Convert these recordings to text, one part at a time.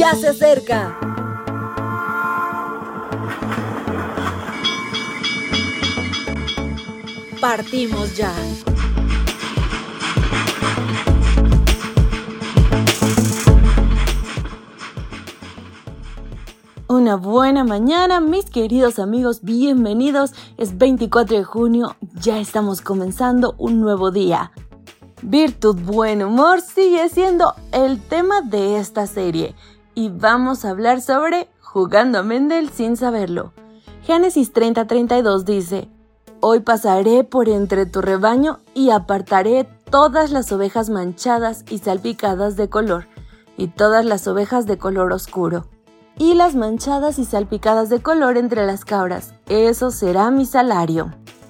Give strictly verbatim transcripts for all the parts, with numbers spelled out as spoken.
ya se acerca. Partimos ya. Una buena mañana, mis queridos amigos, bienvenidos. Es veinticuatro de junio, ya estamos comenzando un nuevo día. Virtud, buen humor sigue siendo el tema de esta serie y vamos a hablar sobre jugando a Mendel sin saberlo. Génesis treinta treinta y dos dice: Hoy pasaré por entre tu rebaño y apartaré todas las ovejas manchadas y salpicadas de color, y todas las ovejas de color oscuro, y las manchadas y salpicadas de color entre las cabras. Eso será mi salario.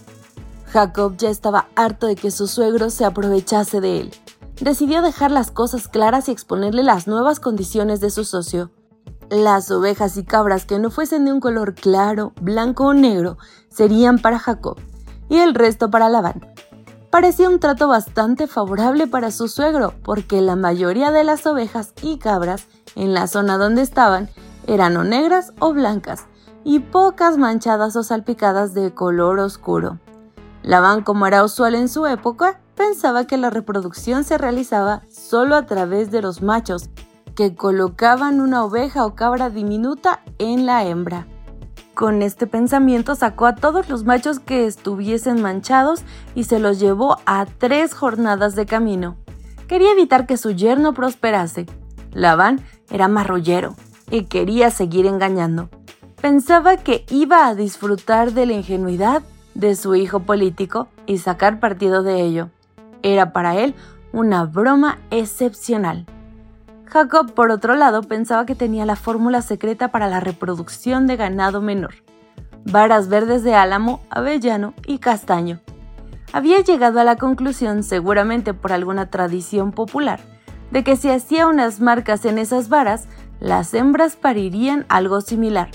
Jacob ya estaba harto de que su suegro se aprovechase de él. Decidió dejar las cosas claras y exponerle las nuevas condiciones de su socio. Las ovejas y cabras que no fuesen de un color claro, blanco o negro, serían para Jacob, y el resto para Labán. Parecía un trato bastante favorable para su suegro, porque la mayoría de las ovejas y cabras en la zona donde estaban eran o negras o blancas, y pocas manchadas o salpicadas de color oscuro. Labán, como era usual en su época, pensaba que la reproducción se realizaba solo a través de los machos, que colocaban una oveja o cabra diminuta en la hembra. Con este pensamiento sacó a todos los machos que estuviesen manchados y se los llevó a tres jornadas de camino. Quería evitar que su yerno prosperase. Labán era marrullero y quería seguir engañando. Pensaba que iba a disfrutar de la ingenuidad de su hijo político y sacar partido de ello. Era para él una broma excepcional. Jacob, por otro lado, pensaba que tenía la fórmula secreta para la reproducción de ganado menor: varas verdes de álamo, avellano y castaño. Había llegado a la conclusión, seguramente por alguna tradición popular, de que si hacía unas marcas en esas varas, las hembras parirían algo similar.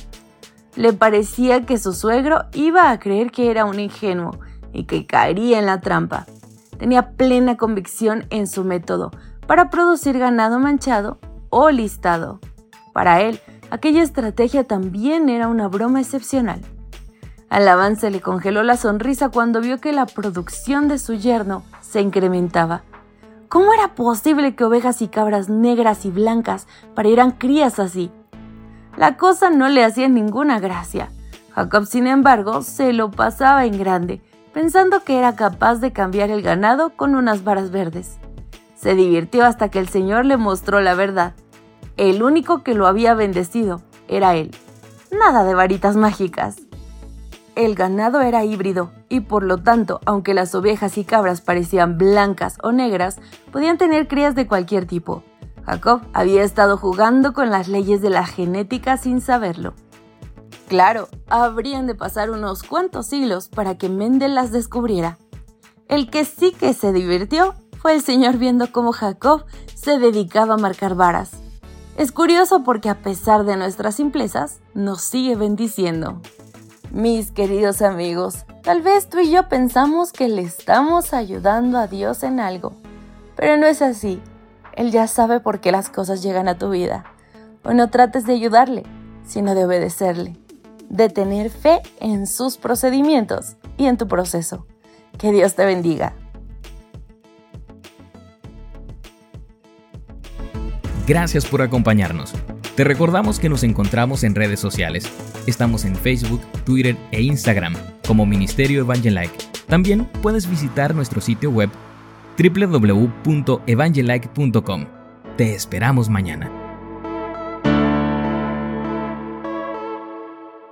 Le parecía que su suegro iba a creer que era un ingenuo y que caería en la trampa. Tenía plena convicción en su método para producir ganado manchado o listado. Para él, aquella estrategia también era una broma excepcional. A Labán se le congeló la sonrisa cuando vio que la producción de su yerno se incrementaba. ¿Cómo era posible que ovejas y cabras negras y blancas parieran crías así? La cosa no le hacía ninguna gracia. Jacob, sin embargo, se lo pasaba en grande, pensando que era capaz de cambiar el ganado con unas varas verdes. Se divirtió hasta que el Señor le mostró la verdad. El único que lo había bendecido era él. Nada de varitas mágicas. El ganado era híbrido y, por lo tanto, aunque las ovejas y cabras parecían blancas o negras, podían tener crías de cualquier tipo. Jacob había estado jugando con las leyes de la genética sin saberlo. Claro, habrían de pasar unos cuantos siglos para que Mendel las descubriera. El que sí que se divirtió fue el Señor viendo cómo Jacob se dedicaba a marcar varas. Es curioso porque, a pesar de nuestras simplezas, nos sigue bendiciendo. Mis queridos amigos, tal vez tú y yo pensamos que le estamos ayudando a Dios en algo, pero no es así. Él ya sabe por qué las cosas llegan a tu vida. Hoy no trates de ayudarle, sino de obedecerle, de tener fe en sus procedimientos y en tu proceso. Que Dios te bendiga. Gracias por acompañarnos. Te recordamos que nos encontramos en redes sociales. Estamos en Facebook, Twitter e Instagram como Ministerio Evangelike. También puedes visitar nuestro sitio web doble u doble u doble u punto evangelike punto com. Te esperamos mañana.